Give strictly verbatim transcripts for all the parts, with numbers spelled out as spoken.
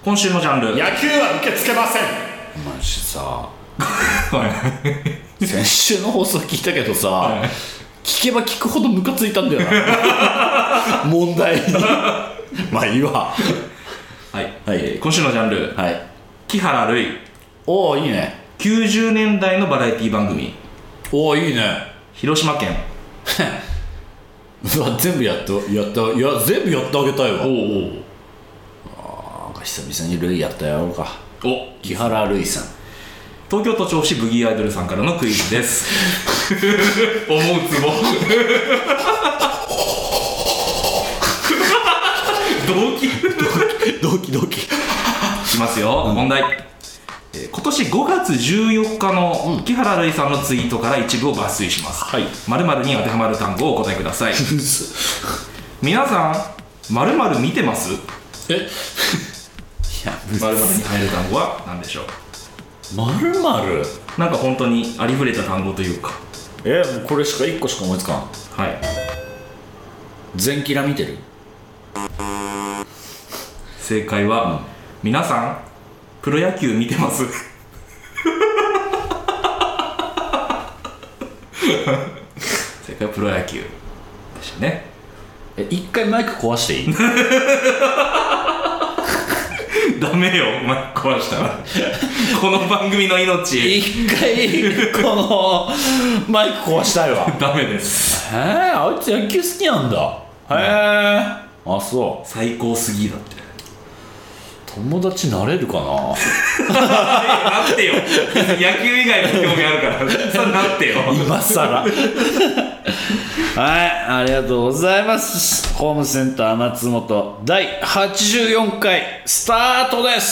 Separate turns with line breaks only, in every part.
今週のジャンル、
野球は受け付けません。マジさ先週の放送聞いたけどさ、はい、聞けば聞くほどムカついたんだよな問題にまあいいわ。
はい、はい、今週のジャンル、はい、木原瑠衣。
おーいいね。
きゅうじゅうねんだいのバラエティ番組。
おーいいね。
広島県
うわ全部やったやったいや全部やってあげたいわ。おおあ久々にルイやったやろうか。お木原瑠衣さん。
東京都調布市ブギーアイドルさんからのクイズです思うツボ動機
動機動機
いきますよ、うん、問題。今年ごがつじゅうよっかの木原瑠衣さんのツイートから一部を抜粋します。はい、〇〇に当てはまる単語をお答えください皆さん〇〇見てます？えいや〇〇に入る単語は何でしょう？
〇〇
なんか本当にありふれた単語というか。
えもうこれしかいっこしか思いつかん。はい。全キラ見てる？
正解は、うん、皆さんプロ野球見てます正解はプロ野球でしたね。
え一回マイク壊していい
ダメよマイク壊したらこの番組の命。
一回このマイク壊したいわ
ダメです。
へえあいつ野球好きなんだ。へえ、うん、あそう
最高すぎだって。
友達なれるかなな
ってよ野球以外の興味あるからそれなってよ
今さらはいありがとうございます。ホームセンター松本だいはちじゅうよんかいスタートです。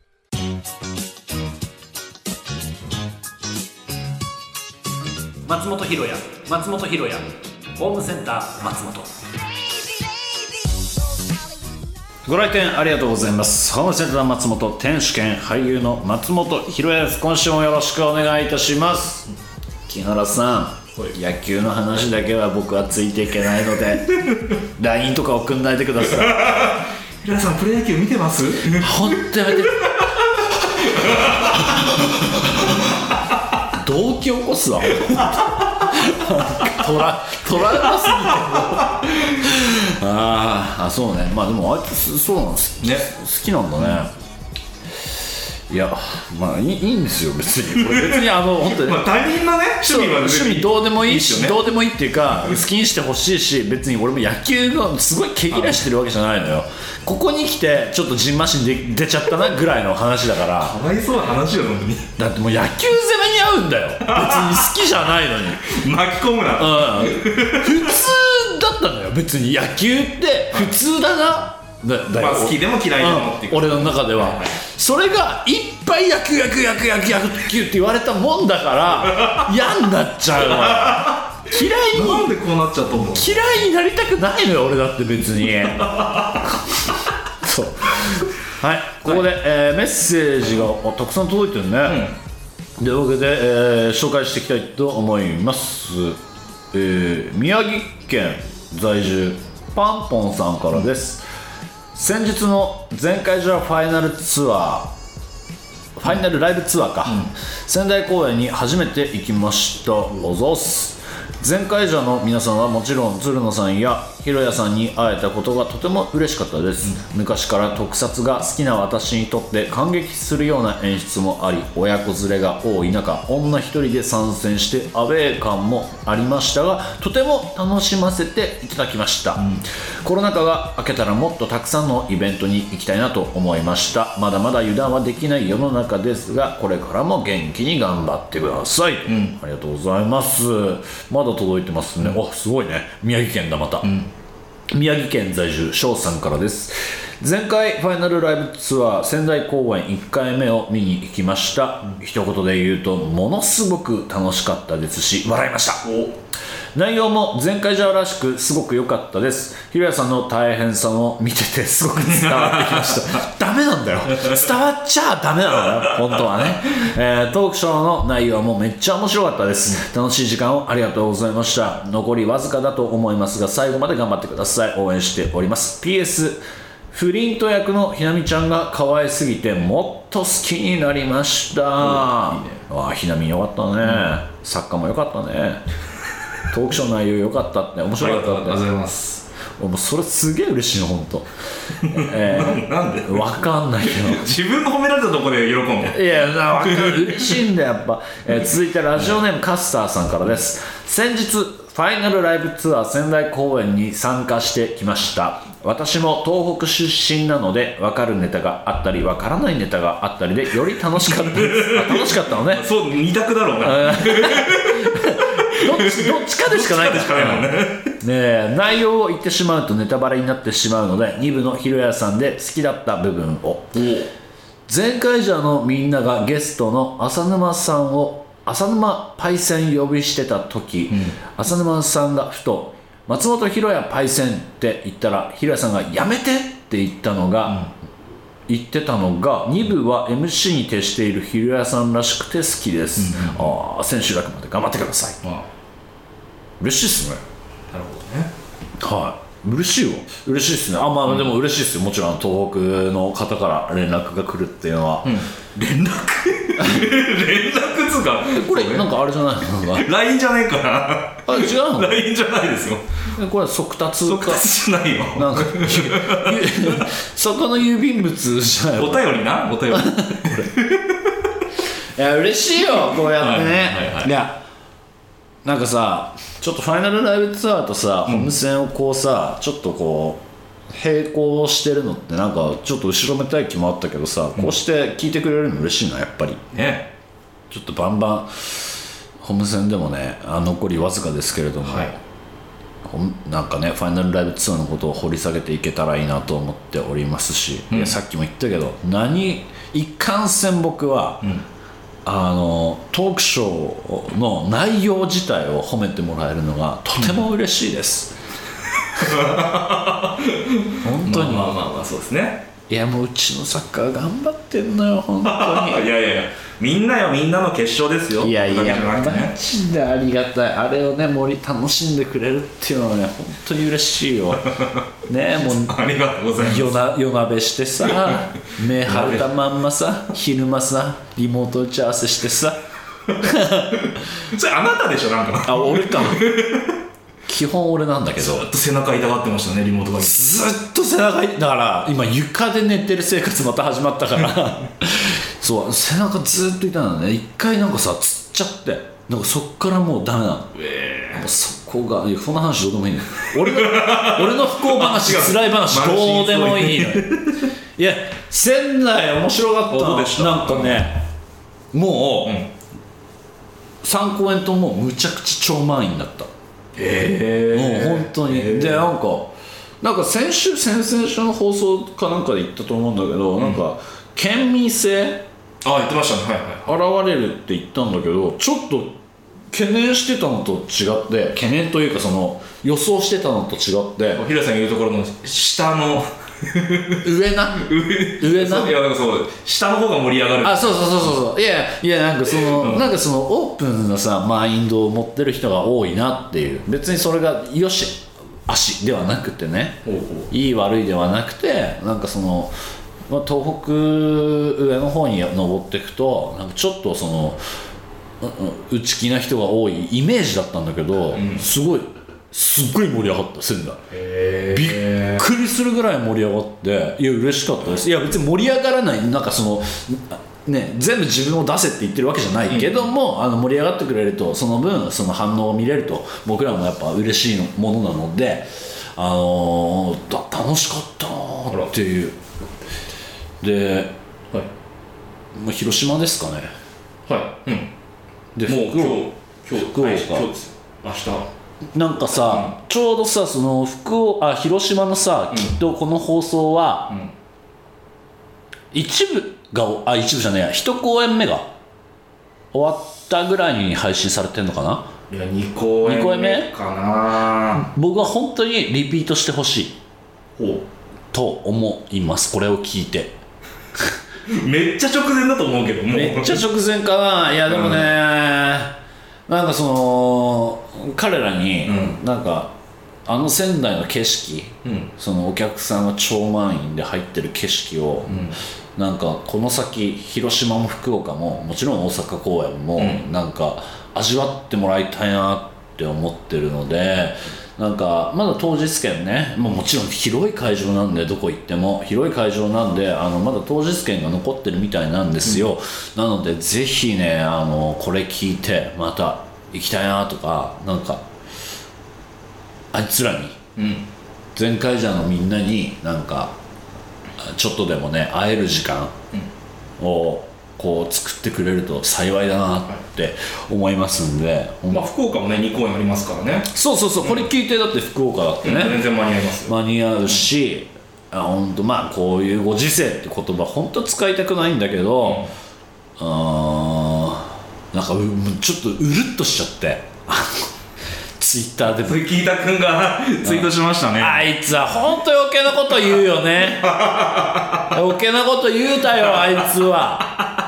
松本ひろや松本ひろやホームセンター松本。ご来店ありがとうございます。ホームセンター松本天主兼俳優の松本ひろやです。今週もよろしくお願いいたします。木原さん野球の話だけは僕はついていけないのでライン とか送んないでください。
ひろやさんプロ野球見てます？
ほんとやめて動機起こすわトラトラウマすぎてああそうね。まあでもあいつそうなんですね。好きなんだね、うん、いやまあいい、いいんですよ別に。これ別にあの本当に
まあ他人のね趣味は
趣味どうでもいいし、いい、ね、どうでもいいっていうか好きにしてほしいし、別に俺も野球のすごい毛嫌いしてるわけじゃないのよ。ここに来てちょっとジンマシンで出ちゃったなぐらいの話だから。
かわいそうな話よ本当に。
だってもう野球攻めに合うんだよ別に好きじゃないのに
巻き込むな、
うん、普通だったのよ別に。野球って普通だなだだ
まあ、好きでも嫌いでもっていう、
うん、俺の中では、はいはい、それがいっぱい野球野球野球野球野球って言われたもんだから嫌になっちゃうわ嫌いに
なんでこうなっちゃったの。
嫌いになりたくないのよ俺だって別にそうはいここで、はいえー、メッセージがたくさん届いてるね、うん、というわけで、えー、紹介していきたいと思います、えー、宮城県在住パンポンさんからです、うん、先日の前回じゃファイナルツアーファイナルライブツアーか、うん、仙台公演に初めて行きました。おざっす。前回者の皆さんはもちろん鶴野さんやひろやさんに会えたことがとても嬉しかったです、うん、昔から特撮が好きな私にとって感激するような演出もあり、親子連れが多い中女一人で参戦してアウェー感もありましたが、とても楽しませていただきました、うん、コロナ禍が明けたらもっとたくさんのイベントに行きたいなと思いました。まだまだ油断はできない世の中ですが、これからも元気に頑張ってください、うん、ありがとうございます。まだ届いてますね、うん、おすごいね。宮城県だまた、うん、宮城県在住翔さんからです。前回ファイナルライブツアー仙台公演いっかいめを見に行きました、うん、一言で言うとものすごく楽しかったですし笑いました。内容も前回じゃらしくすごく良かったです。ひろやさんの大変さも見ててすごく伝わってきましたダメなんだよ、伝わっちゃダメなのよ本当はね、えー、トークショーの内容もめっちゃ面白かったです。楽しい時間をありがとうございました。残りわずかだと思いますが最後まで頑張ってください。応援しております。 ピーエスフリント役のひなみちゃんが可愛すぎてもっと好きになりました。いいね、ああひなみよかったね、うん、作家もよかったねトークショー内容よかったって面白かったって。
ありがとうございます。
もうそれすげえ嬉しいの本当。えー、
なんで
わかんないけど
自分の褒められたところで喜んで。
いやわかる嬉しいんだやっぱ、えー、続いてラジオネームカスターさんからです。先日ファイナルライブツアー仙台公演に参加してきました。私も東北出身なので分かるネタがあったり分からないネタがあったりでより楽しかったですあ楽しかったのね
そう二択だろうな
どっち、どっちかでしかないからねえ内容を言ってしまうとネタバレになってしまうのでに部のひろやさんで好きだった部分を。前回じゃのみんながゲストの浅沼さんを浅沼パイセン呼びしてた時、うん、浅沼さんがふと松本ひろやパイセンって言ったらひろやさんがやめてって言ったのが、うん、言ってたのがに部は エムシー に徹しているひろやさんらしくて好きです、うんうん、あ千秋楽まで頑張ってください、うん、嬉しいっすね。
なるほどね。
はい、嬉しいよ嬉しいっすね。あまあ、うん、でも嬉しいっすよもちろん東北の方から連絡が来るっていうのは、うん、
連絡連絡つうか
これなんかあれじゃないの
ライン じゃねえかな
あ違うの
ライン じゃないですよ
これ速達
速達じゃないよなんか
そこの郵便物じゃない
お便りなお便り
いや嬉しいよこうやってね、はいはいはい、いやなんかさちょっとファイナルライブツアーとさ、うん、本線をこうさちょっとこう並行してるのってなんかちょっと後ろめたい気もあったけどさ、うん、こうして聞いてくれるの嬉しいなやっぱり
ね。
ちょっとバンバン本線でもねあ残りわずかですけれども、はい、なんかねファイナルライブツアーのことを掘り下げていけたらいいなと思っておりますし、うん、いやさっきも言ったけど何いかんせん僕は、うんあのトークショーの内容自体を褒めてもらえるのがとても嬉しいです、うん、本当に
まあまあまあまあそうですね。
いやもううちのサッカー頑張ってんのよ本当に
いやいやいやみんなよみんなの決勝ですよ。
いやいやマジでありがたい。あれをね森楽しんでくれるっていうのはね本当に嬉しいよね。もう
ありがとうございます。
夜な夜鍋してさ目張れたまんまさ昼間さリモート打ち合わせしてさ
それあなたでしょなんか
あ俺か基本俺なんだけど
ずっと背中痛がってましたねリモートが
ずっと背中痛だから今床で寝てる生活また始まったからそう背中ずっと痛いのね。一回なんかさつっちゃってなんかそっからもうダメなの、えー、もうそこがいやそんな話どうでもいいの俺の俺の不幸話辛い話どうでもいいのいや仙台面白かったなんかねもう、うん、さん公演ともむちゃくちゃ超満員だった。
へえ
もう本当にでなんかなんか先週先々週の放送かなんかで言ったと思うんだけど、うん、なんか県民性
あ言ってましたね、はい
はい、現れるって言ったんだけどちょっと懸念してたのと違って懸念というかその予想してたのと違って
平さんが言うところの下の
上な
上ないやなんかそう下の方が盛り上がる
あそうそうそうそういやいやなんかその、うん、なんかそのオープンなさマインドを持ってる人が多いなっていう別にそれがよし足ではなくてねほうほういい悪いではなくてなんかそのまあ、東北上の方に登っていくとなんかちょっとその内気な人が多いイメージだったんだけど、うん、すごいすっごい盛り上がった仙台びっくりするぐらい盛り上がっていや嬉しかったです。いや別に盛り上がらないなんかそのね全部自分を出せって言ってるわけじゃないけども、うん、あの盛り上がってくれるとその分その反応を見れると僕らもやっぱ嬉しいものなのであのー、だ楽しかったなっていうで、はいまあ、広島ですかね
はい、うん、
で
もう今日今日
福岡、
はい、今日です明日
なんかさ、うん、ちょうどさその福岡あ広島のさ、うん、きっとこの放送は、うん、一部があ一部じゃねえや一公演目が終わったぐらいに配信されてんのかな。
いやに公演目かな。
僕は本当にリピートしてほしいほうと思いますこれを聞いて
めっちゃ直前だと思うけども
めっちゃ直前かないやでもね、うん、なんかその彼らになんかあの仙台の景色、うん、そのお客さんが超満員で入ってる景色を、うん、なんかこの先広島も福岡ももちろん大阪公演も、うん、なんか味わってもらいたいなって思ってるので、なんかまだ当日券ね、もうもちろん広い会場なんでどこ行っても広い会場なんで、あのまだ当日券が残ってるみたいなんですよ、うん、なのでぜひね、あのこれ聞いてまた行きたいなとか、なんかあいつらに、うん、前回者のみんなになんかちょっとでもね会える時間をこう作ってくれると幸いだなって思いますんで、
まあ、福岡もねに公演ありますからね。
そうそうそう、うん、これ聞いてだって福岡だってね、
うん、全然間に合いますよ。
間に合うし、うん、あ本当まあこういうご時世って言葉本当使いたくないんだけど、うん、あなんかちょっとうるっとしちゃってツイッターで
キータ君がツイートしましたね。
あいつは本当余計なこと言うよね余計なこと言うたよあいつは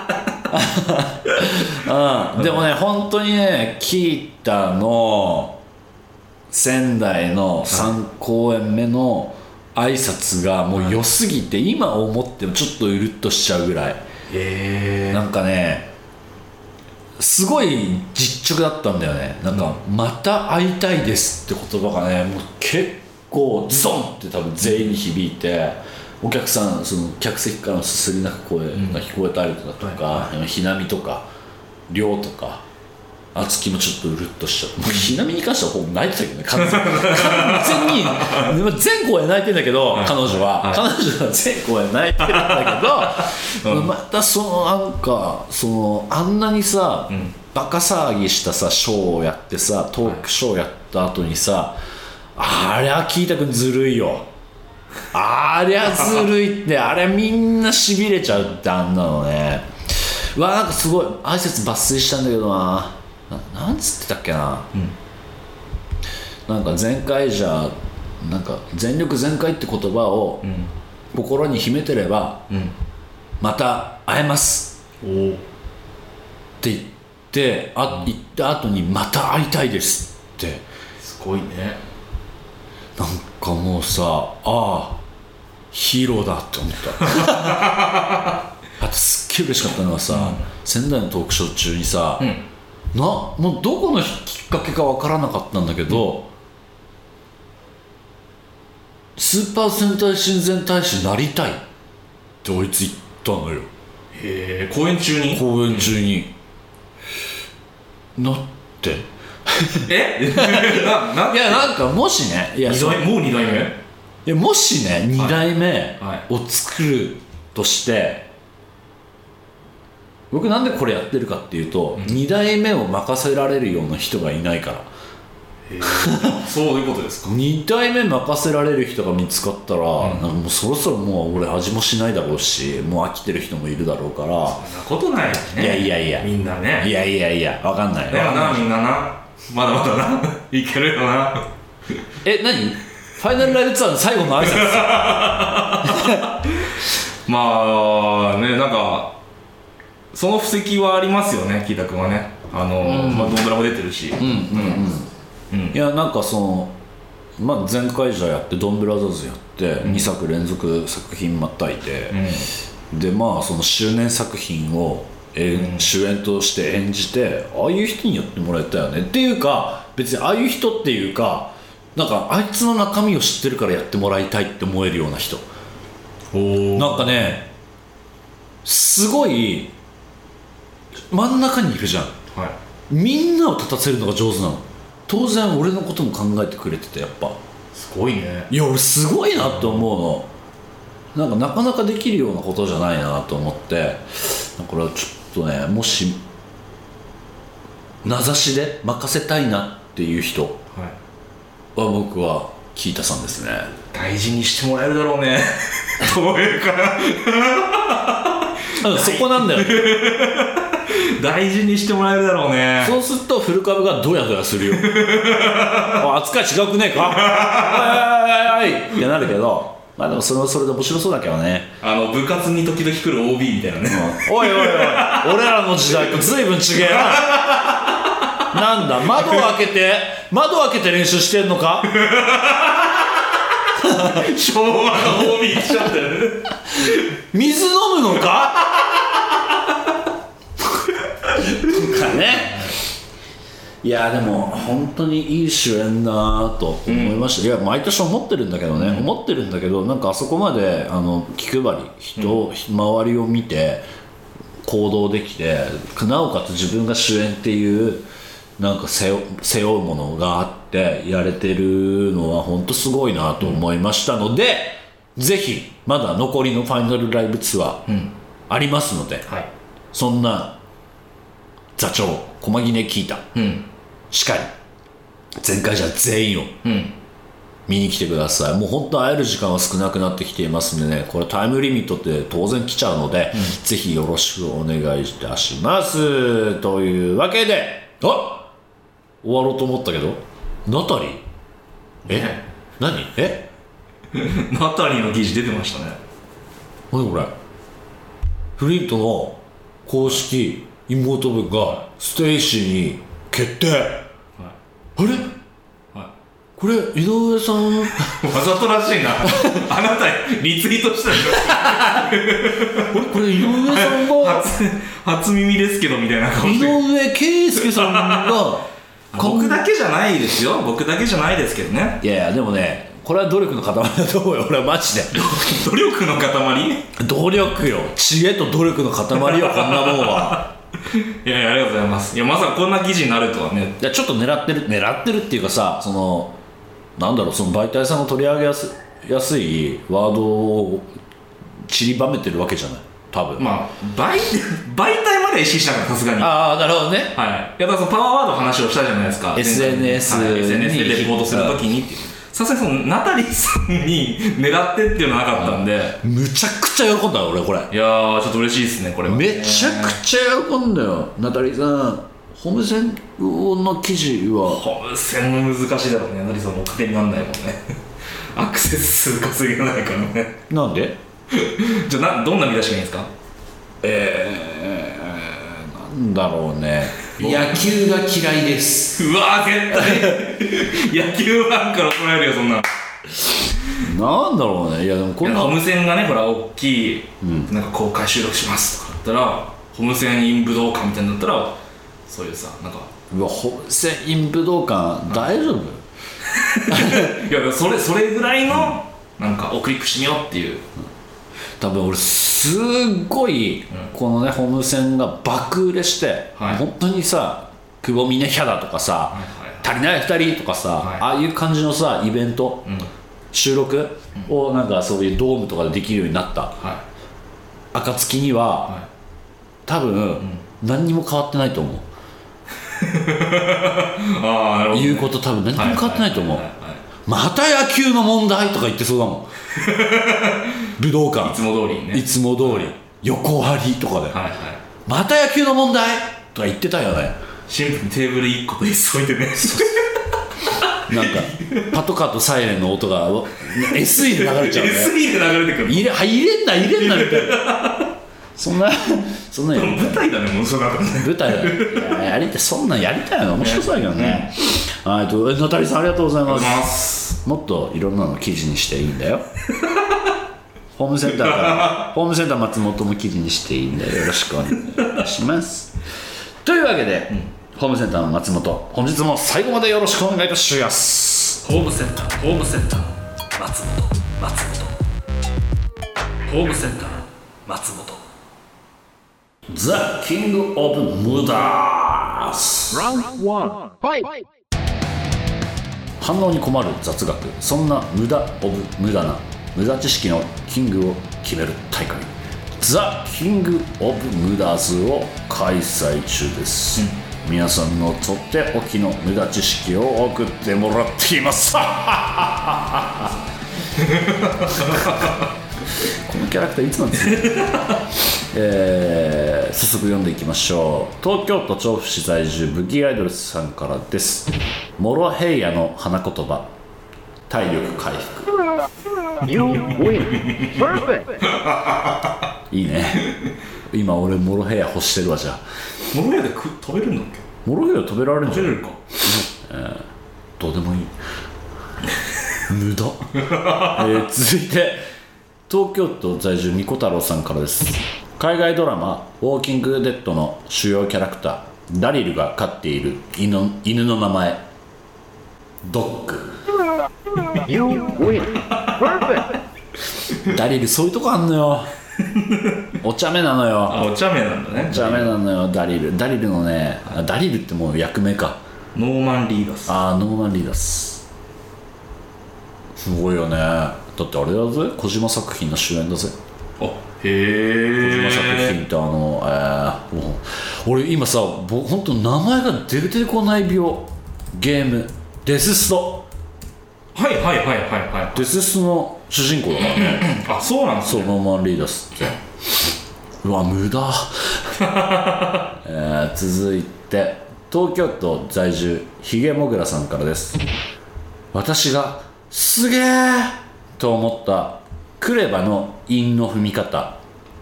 うん、でもね本当にねキータの仙台のさん公演目の挨拶がもう良すぎて、今思ってもちょっとうるっとしちゃうぐらい。へー、なんかねすごい実直だったんだよね。なんか、うん、また会いたいですって言葉がねもう結構ズドンって多分全員に響いて、お客さんその客席からのすすり泣く声が聞こえたりだとか、うん、ひなみとかりょうとかあつきもちょっとうるっとしちゃって、もうひなみに関してはほぼ泣いてたけどね、完全に完全に全公演泣いてんだけど、はい、彼女は、はい、彼女は全公演泣いてるんだけど、うん、またそのなんかそのあんなにさ、うん、バカ騒ぎしたさショーをやってさトークショーやった後にさ、はい、あれはキータ君ずるいよ、ありゃずるいってあれみんなしびれちゃうって、あんなのね。うわなんかすごい挨拶抜粋したんだけどな、な, なんつってたっけな、うん、なんか全開じゃなんか全力全開って言葉を心に秘めてれば、うん、また会えますって言ってあ、うん、言った後にまた会いたいですって、
すごいね。
なんかもうさああヒーローだって思ったあとすっげえ嬉しかったのはさ、うん、仙台のトークショー中にさ、うんなもうどこのきっかけか分からなかったんだけど、うん、スーパー戦隊親善大使になりたいってあいつ言ったのよ。
へえ、公演中に
公演中に、うん、なって
えなない
やなんかもしねいや
に代もうに代目
いやもしねに代目を作るとして、はいはい、僕なんでこれやってるかっていうと、うん、に代目を任せられるような人がいないから。
へそういうことですか。
に代目任せられる人が見つかったら、うん、なんかもうそろそろもう俺味もしないだろうし、もう飽きてる人もいるだろうから。
そんなことないよね。
いやいやいや
みんなね。
いやいやいや分かんない。
でもなみんななまだまだないけるよな
え何ファイナルライブツアーの最後の挨拶
まあねなんかその布石はありますよね、キータ君はね。あの、うんまあ、ドンブラも出てるし、うんうん
うんうん、いやなんかその、まあ、前回じゃやってドンブラザーズやって、うん、にさく連続作品またいて、うん、でまあその周年作品を、えーうん、主演として演じてああいう人にやってもらえたよねっていうか、別にああいう人っていうかなんかあいつの中身を知ってるからやってもらいたいって思えるような人。なんかねすごい真ん中にいるじゃん、はい、みんなを立たせるのが上手なの。当然俺のことも考えてくれてて、やっぱ
すごいね。
いや俺すごいなって思うの、うん、なんかなかなかできるようなことじゃないなと思って、これはちょっとねもし名指しで任せたいなっていう人は僕はキータさんですね。
大事にしてもらえるだろうねどういうか
そこなんだよね
大事にしてもらえるだろうね。
そうするとフル株がドヤドヤするよ扱い違くねえかはいはいはいってなるけど、まあでもそれはそれで面白そうだけどね。
あの部活に時々来る オービー みたいなね、
うん、おいおいおい俺らの時代と随分違えななんだ窓を開けて窓を開けて練習してんのか
昭和の オービー 来ちゃってる
水飲むのかとかね。いやでも本当にいい主演だなと思いました、うん、いや毎年思ってるんだけどね、うん、思ってるんだけどなんかあそこまであの気配り人、うん、周りを見て行動できてなおかつ自分が主演っていうなんか背負、背負うものがあってやれてるのは本当すごいなと思いましたので、うん、ぜひまだ残りのファイナルライブツアーありますので、うんはい、そんな座長駒木根聞いた、うんしっかり前回じゃ全員を見に来てください、うん、もう本当会える時間は少なくなってきていますんでねこれタイムリミットって当然来ちゃうので、うん、ぜひよろしくお願いいたしますというわけであ終わろうと思ったけどナタリーえ、ね、何え
ナタリーの記事出てましたね。
何これフリントの公式妹分がステイシーに決定、はい、あれ、はい、これ井上さんわ
ざとらしいなあなたリツイートしたでしょ
これ井上さんが
初, 初耳ですけどみたいな顔して
井上圭介さんが
僕だけじゃないですよ僕だけじゃないですけどね。
いやいやでもねこれは努力の塊だと思うよ俺はマジで
努力の塊
努力よ知恵と努力の塊よこんなもんはい
やいやありがとうございます。いやまさかこんな記事になるとはね。
いやちょっと狙ってる狙ってるっていうかさそのなんだろうその媒体さんが取り上げやす、やすいワードを散りばめてるわけじゃない多分。
まあ 媒, 媒体までは意識したからさすがに。
ああなるほどね。
はい。いやだからそのパワーワードの話をしたじゃないですか。
エスエヌエス に、
はい、エスエヌエス でレポートするときにっていう。さすがにそのナタリーさんに狙ってっていうのはなかったんで
むちゃくちゃ喜んだよ俺これ。
いやーちょっと嬉しいですねこれは。
めちゃくちゃ喜んだよナタリーさん。ホームセンの記事は
ホームセンも難しいだろうね。ナタリーさんも糧になんないもんねアクセス数稼げないからね。
なんで
じゃあなどんな見出しがいいんですか。
えー、なんだろうね野球が嫌いです。
うわ絶対野球ファンから怒られるよそんな。
なんだろうね。いやでもこんな
ホームセンがねほら大きい、うん、なんか公開収録しますとかだったらホームセン in 武道館みたいになったらそういうさなんか
うわホームセン in 武道館大丈夫
いやそれそれぐらいの、うん、なんかをクリックしてみようっていう、うん、
多分俺すっごい、うん、このねホームセンが爆売れして、はい、本当にさ久保峰ヒャダとかさ、はいはいはい、足りないふたりとかさ、はい、ああいう感じのさイベント、うん、収録をなんかそういうドームとかでできるようになった、はい、暁には、はい、多分、うん、何にも変わってないと思う
ああなるほど、ね、
言うこと多分何にも変わってないと思う、はいはいはいはい、また野球の問題とか言ってそうだもん武道館
いつも通りね
いつも通り、はい、横張りとかで、はいはい、また野球の問題とか言ってたよね。
シンプルにテーブルいっこと椅子置いてね
なんかパトカーとサイレンの音が エスイー で流れちゃうね
エスイー で流れてくる
入れ入れんな入れんなみたいなそんなそんな
舞台だねもうそんなことね
舞台だねいややりたいそんなんやりたいの面白そうだけどね、うん、はいとナタリさんありがとうございますもっといろんなの記事にしていいんだよホームセンターからホームセンター松本も記事にしていいんでよろしくお願いしますというわけで、うん、ホームセンターの松本本日も最後までよろしくお願いいたします。
ホームセンターホームセンター松本松本ホームセンター松本
ザ・キング・オブ・ムダース
ラウンドワンファイト。
反応に困る雑学そんな無駄オブ無駄な無駄知識のキングを決める大会ザ・キング・オブ・ムダーズを開催中です、うん、皆さんのとっておきの無駄知識を送ってもらっていますこのキャラクターいつなんですか、えー、早速読んでいきましょう。東京都調布市在住ブギーアイドルさんからです。モロヘイヤの花言葉体力回復いいね今俺モロヘイヤ欲してるわ。じゃあ
モロヘイヤで食べるんだっ
モロヘイヤ食べられるんじゃない
食べれるか、
えー、どうでもいい無駄、えー、続いて東京都在住みこ太郎さんからです。海外ドラマウォーキングデッドの主要キャラクターダリルが飼っている 犬, 犬の名前ドッグダリルそういうとこあんのよお茶目なのよ。
あ、お茶目なんだね。
お茶目なのよダリル。ダリルのね、ダリルってもう役名か。
ノーマン・リーダス。
ああ、ノーマン・リーダスすごいよね。だってあれだぜ、小島作品の主演だぜ。
あ、へえ。
小島作品ってあの、えー、もう俺今さ、僕ほんと名前が出てこない病ゲームデススト。
はいはいはいはいはい。
デスストの主人公だからね
あ、そうなんです
ね。そう、ノーマン・リーダスってうわ無駄、えー、続いて東京都在住ひげもぐらさんからです。私がすげーと思ったクレバの韻の踏み方。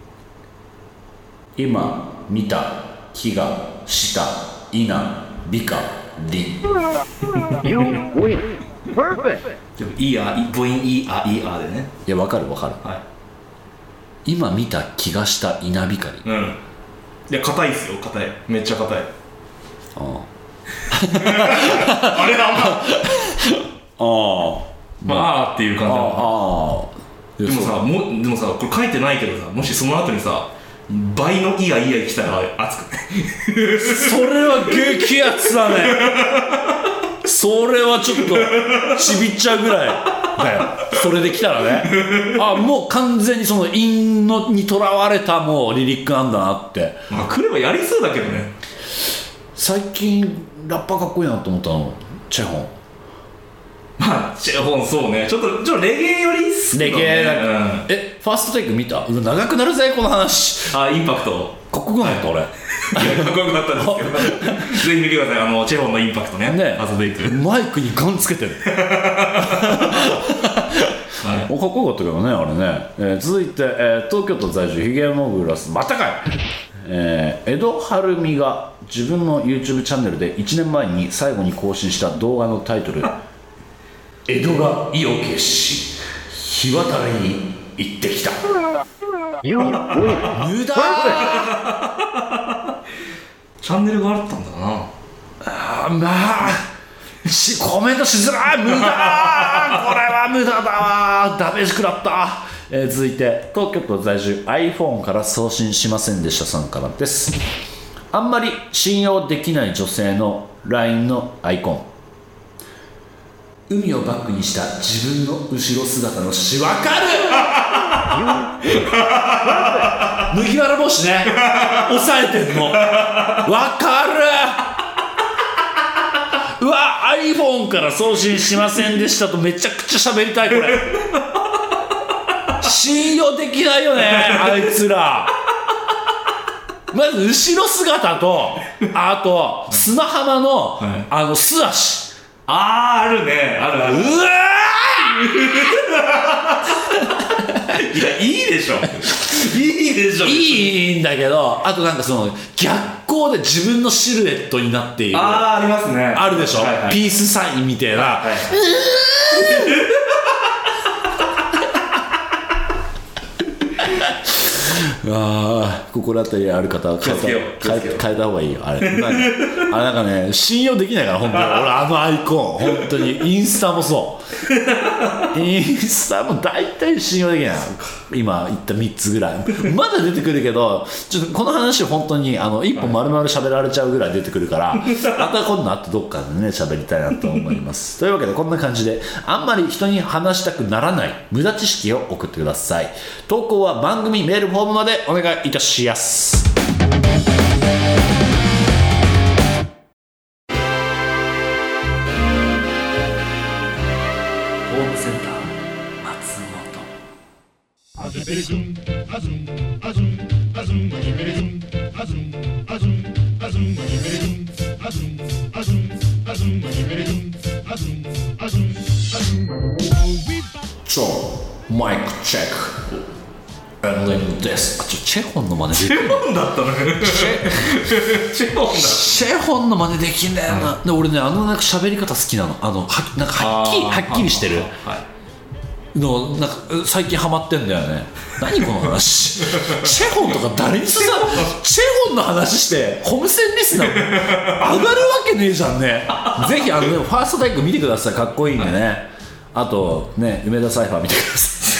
今見た木が下稲美香り。
でもいいあ、母音いいあいいあでね。
いや、わかるわかる、
はい、
今見た気がした稲光。
うん。いや、硬いっすよ、硬い。めっちゃ硬い。
ああ
あれだ、
ああ
まあ、あーっていう感じだ。
ああ
でもさ、もでもさ、これ書いてないけどさ、もしその後にさ、倍のいやいや来たら熱くない
それは激アツだねそれはちょっとちびっちゃうぐらいだよそれで来たらねあ、もう完全にその韻のにとらわれたもうリリックなんだなって。
まあ来ればやりそうだけどね。
最近ラッパーかっこいいなと思ったのチェホン。
まあチェホンそうね、ちょっとちょっとレゲエよりっすけどね。
レゲエだ、
うん、
えファーストテイク見た？長くなるぜこの話。
あ、インパクト
かっこよくなかった俺。
いや、かっこよくなったんですけどぜひ見てください、あのチェホンのインパクトね。
ね、
ファーストテイク
マイクにガンつけてるはい、おかっこよかったけどねあれね、えー、続いて、えー、東京都在住ひげもぐらすまたかい、えー、江戸晴美が自分の YouTube チャンネルでいちねんまえに最後に更新した動画のタイトル江戸が意を決し日渡りに行ってきた。無駄
チャンネルがあったんだな
あ。まあしコメントしづらい。無駄これは無駄だわ。ダメージ食らった、えー、続いて東京都在住 iPhone から送信しませんでしたさんからです。あんまり信用できない女性の ライン のアイコン、海をバックにした自分の後ろ姿のしわかる麦わら帽子ね押さえてんのわかる。うわ iPhone から送信しませんでしたとめちゃくちゃ喋りたいこれ信用できないよねあいつら。まず後ろ姿とあと砂浜の、はい、あの素足。
あーあるね、あるある。うわーいや、いいでしょいいでしょ
いいんだけど、あとなんかその逆光で自分のシルエットになっている。
あーありますね。
あるでしょ、はいはい、ピースサインみたいな、はいはい、あ心当たりある方は変えた、変え変えた方がいいよあれ。なんかあれなんかね信用できないから本当に俺あのアイコン本当にインスタもそうインスタも大体信用できない。今言ったみっつぐらいまだ出てくるけどちょっとこの話本当にあの一本丸々喋られちゃうぐらい出てくるからまた今度会ってどっかでね喋りたいなと思いますというわけでこんな感じであんまり人に話したくならない無駄知識を送ってください。投稿は番組メールフォームまでお願いいたします。ホームセンター松本。ちょマイクチェック。 ですあちょチェホンの真似でき
チェホンだったのねチェホンだ
チェホンの真似できんだよな、うん、で俺ねあのなんか喋り方好きなのあのはなんかはっきりはっきりしてるのなんか最近ハマってんだよね何この話チェホンとか誰にさチェホンの話してホームセンリスナー上がるわけねえじゃんねぜひあの、ね、ファーストタイク見てくださいかっこいいんでねあとね梅田サイファー見てください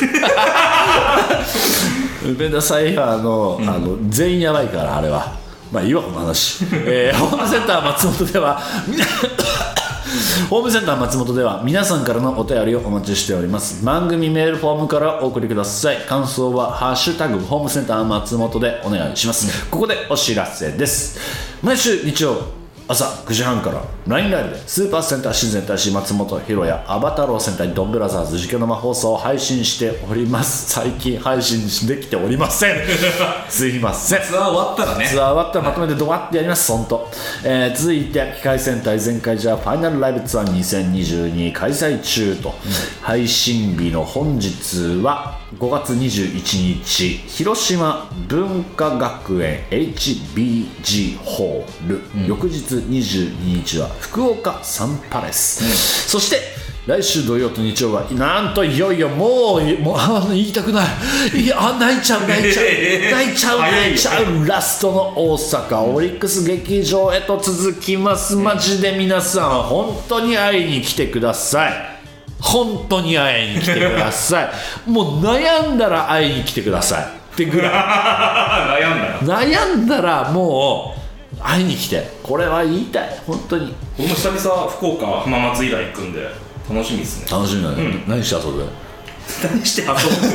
梅田サイファー の, あの全員やばいからあれはまあいいわこの話、えー、ホームセンター松本ではホームセンター松本では皆さんからのお便りをお待ちしております。番組メールフォームからお送りください。感想はハッシュタグホームセンター松本でお願いします、うん、ここでお知らせです。毎週日曜朝くじはんから ライン ライブでスーパー戦隊新戦隊士松本ひろやアバタロー戦隊ドンブラザーズ実況生放送を配信しております。最近配信できておりませんすいません。
ツアー終わったらね
ツアー終わったらまとめてドワッてやります本当、えー、続いて機械戦隊全開ジャーファイナルライブツアーにせんにじゅうに開催中と、うん、配信日の本日はごがつにじゅういちにち広島文化学園 エイチビージー ホール、うん、翌日にじゅうににちは福岡サンパレス、うん、そして来週土曜と日曜はなんといよいよもう、もうあ言いたくないいやあ泣いちゃう泣いちゃう泣いちゃう泣いちゃうラストの大阪オリックス劇場へと続きます。マジで皆さん本当に会いに来てください。本当に会いに来てくださいもう悩んだら会いに来てくださいってぐらい
悩んだら
悩んだらもう会いに来てこれは言いたい本当に。
僕も久々福岡浜松以来行くんで楽しみですね。
楽しみだね、うん、何して遊ぶ
何して遊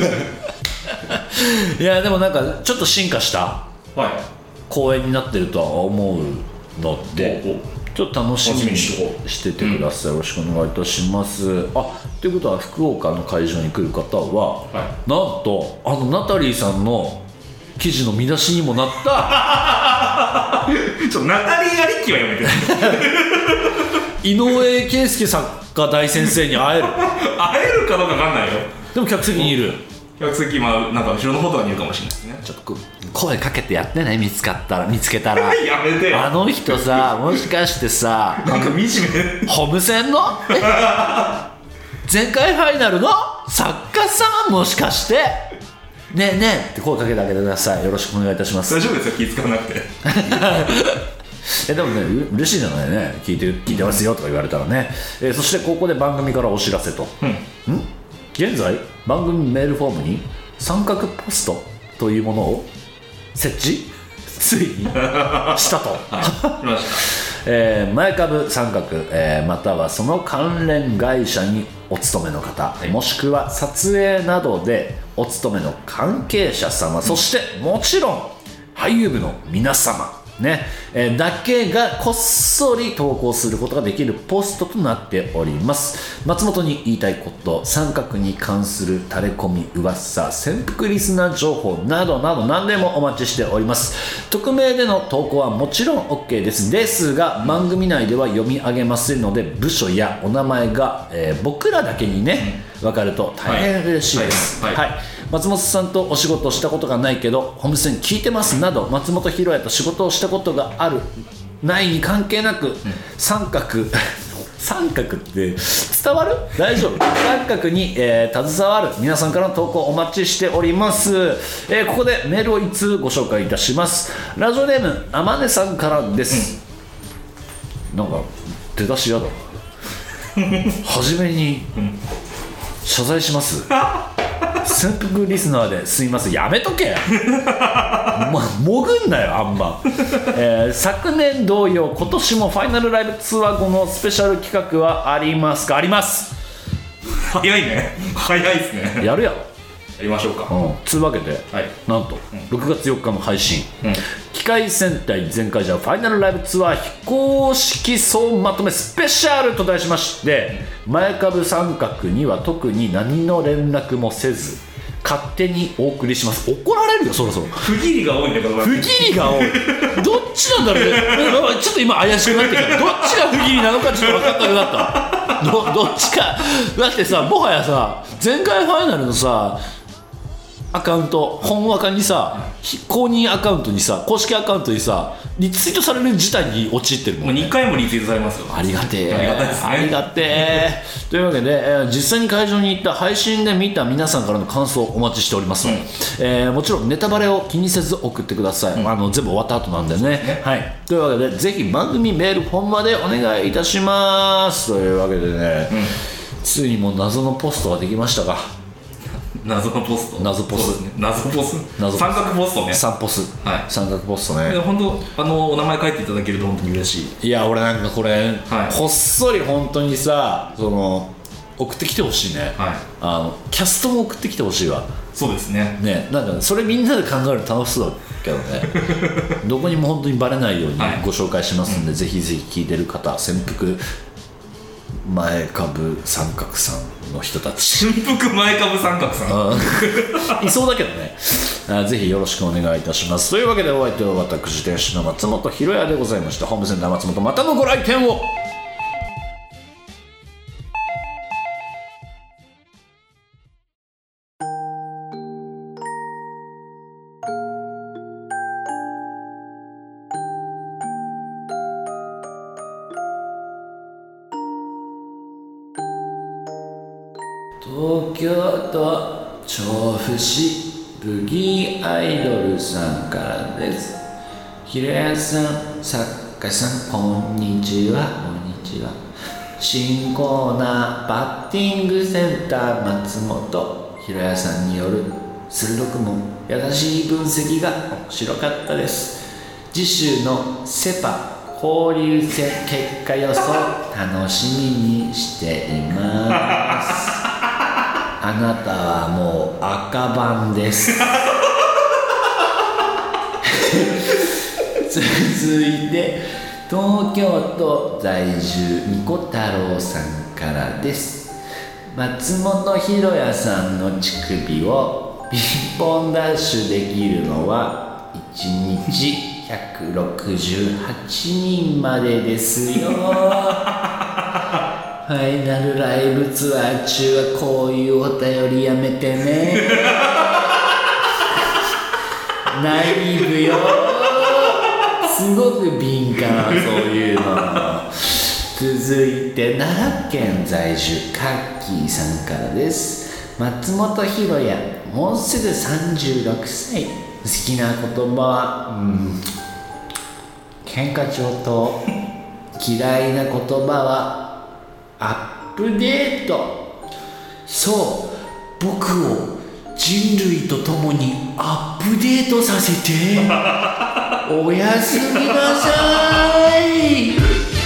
ぶいやでもなんかちょっと進化した公演になってるとは思うので、おおちょっと楽しみにしててください、うん、よろしくお願いいたします。あということは福岡の会場に来る方は、はい、なんとあのナタリーさんの記事の見出しにもなった
ちょっとナタリーありきはやめて
井上圭介作家大先生に会える
会えるかどうか分かんないよ。
でも客席にいる。
客席、まあ、なんか後ろの方とかにいるかもしれないですね。
ちょっと声かけてやってね見つかったら見つけたら
やめてよ
あの人さもしかしてさ
なんか惨め
ホームセンの前回ファイナルの作家さんもしかしてねえねえって声かけてあげてください。よろしくお願いいたします。
大丈夫ですよ気使わなくて
えでもねう嬉しいじゃないね聞いて聞いてますよとか言われたらね、えー、そしてここで番組からお知らせと、うん、ん現在番組メールフォームに三角ポストというものを設置ついにしたと
はい、ました
えー、前株三角、えー、またはその関連会社にお勤めの方、はい、もしくは撮影などでお勤めの関係者様、うん、そしてもちろん俳優部の皆様ねえー、だけがこっそり投稿することができるポストとなっております。松本に言いたいこと、三角に関するタレコミ噂、潜伏リスナー情報などなど何でもお待ちしております。匿名での投稿はもちろん OK ですですが番組内では読み上げませんので部署やお名前が、えー、僕らだけにね分かると大変嬉しいです、はいはいはい、松本さんとお仕事したことがないけどホームセン聞いてますなど松本ひろやと仕事をしたことがあるないに関係なく、うん、三角三角って伝わる？大丈夫？三角に、えー、携わる皆さんからの投稿お待ちしております、えー、ここでメールをいつご紹介いたします。ラジオネームあまねさんからです、うん、なんか出だしやだ初めに、うん謝罪します潜伏リスナーですいませんやめとけま潜んなよあんま、えー、昨年同様今年もファイナルライブツアー後のスペシャル企画はありますか？あります。
早いね早いですね
やるやろ
やりましょうか。
うん、つうわけで、はい、なんと、うん、ろくがつよっかの配信、うん、機械戦隊全開ジャーファイナルライブツアー非公式総まとめスペシャルと題しまして、前株三角には特に何の連絡もせず勝手にお送りします。怒られるよそろそろ。
不義理が多いんだけど
不義理が多いどっちなんだろうねちょっと今怪しくなってきた。どっちが不義理なのかちょっと分かんなくなったど, どっちかだってさもはやさ前回ファイナルのさアカウント、ほんわかにさ、公認アカウントにさ、公式アカウントにさ、リツイートされる事態に陥ってるもんね。
もうにかいもリツイートされますよ。
ありがてえ、
ありがたいですね。
ありがてえというわけで、えー、実際に会場に行った配信で見た皆さんからの感想をお待ちしておりますので、うん、えー、もちろんネタバレを気にせず送ってください、うん、あの全部終わった後なんでね、ね、はい、というわけでぜひ番組メールフォームまでお願いいたしますというわけでね、うん、ついにもう謎のポストができましたが、
謎のポスト、
謎ポス、
ね、謎ポス、謎三角ポストね、
三ポス、はい、三角ポストね。
本当あのお名前書いていただけると本当に嬉しい。
いや俺なんかこれ、はい、こっそり本当にさ、その送ってきてほしいね、はい、あのキャストも送ってきてほしいわ。
そうですね。
ね、なんかそれみんなで考える楽しそうだけどねどこにも本当にバレないようにご紹介しますんで、はい、ぜひぜひ聞いてる方、潜伏前株三角さんの人たち、
潜伏前株三角さ
んいそうだけどねあ、ぜひよろしくお願いいたします。というわけでお相手は私店主の松本ひろやでございました。ホームセンター松本、またのご来店を。東京都調布市ブギーアイドルさんからです。ひろやさん、作家さん、こんにちは。こんにちは。新コーナーバッティングセンター松本ひろやさんによる鋭くも優しい分析が面白かったです。次週のセパ交流戦結果予想楽しみにしています。あなたはもう赤番です続いて東京都在住ニコ太郎さんからです。松本ひろやさんの乳首をピンポンダッシュできるのはいちにちひゃくろくじゅうはちにんまでですよファイナルライブツアー中はこういうお便りやめてねナイブよ、すごく敏感、そういうの続いて奈良県在住カッキーさんからです。松本ひろや、もうすぐさんじゅうろくさい、好きな言葉はうん喧嘩上等嫌いな言葉はアップデート。そう、僕を人類と共にアップデートさせておやすみなさい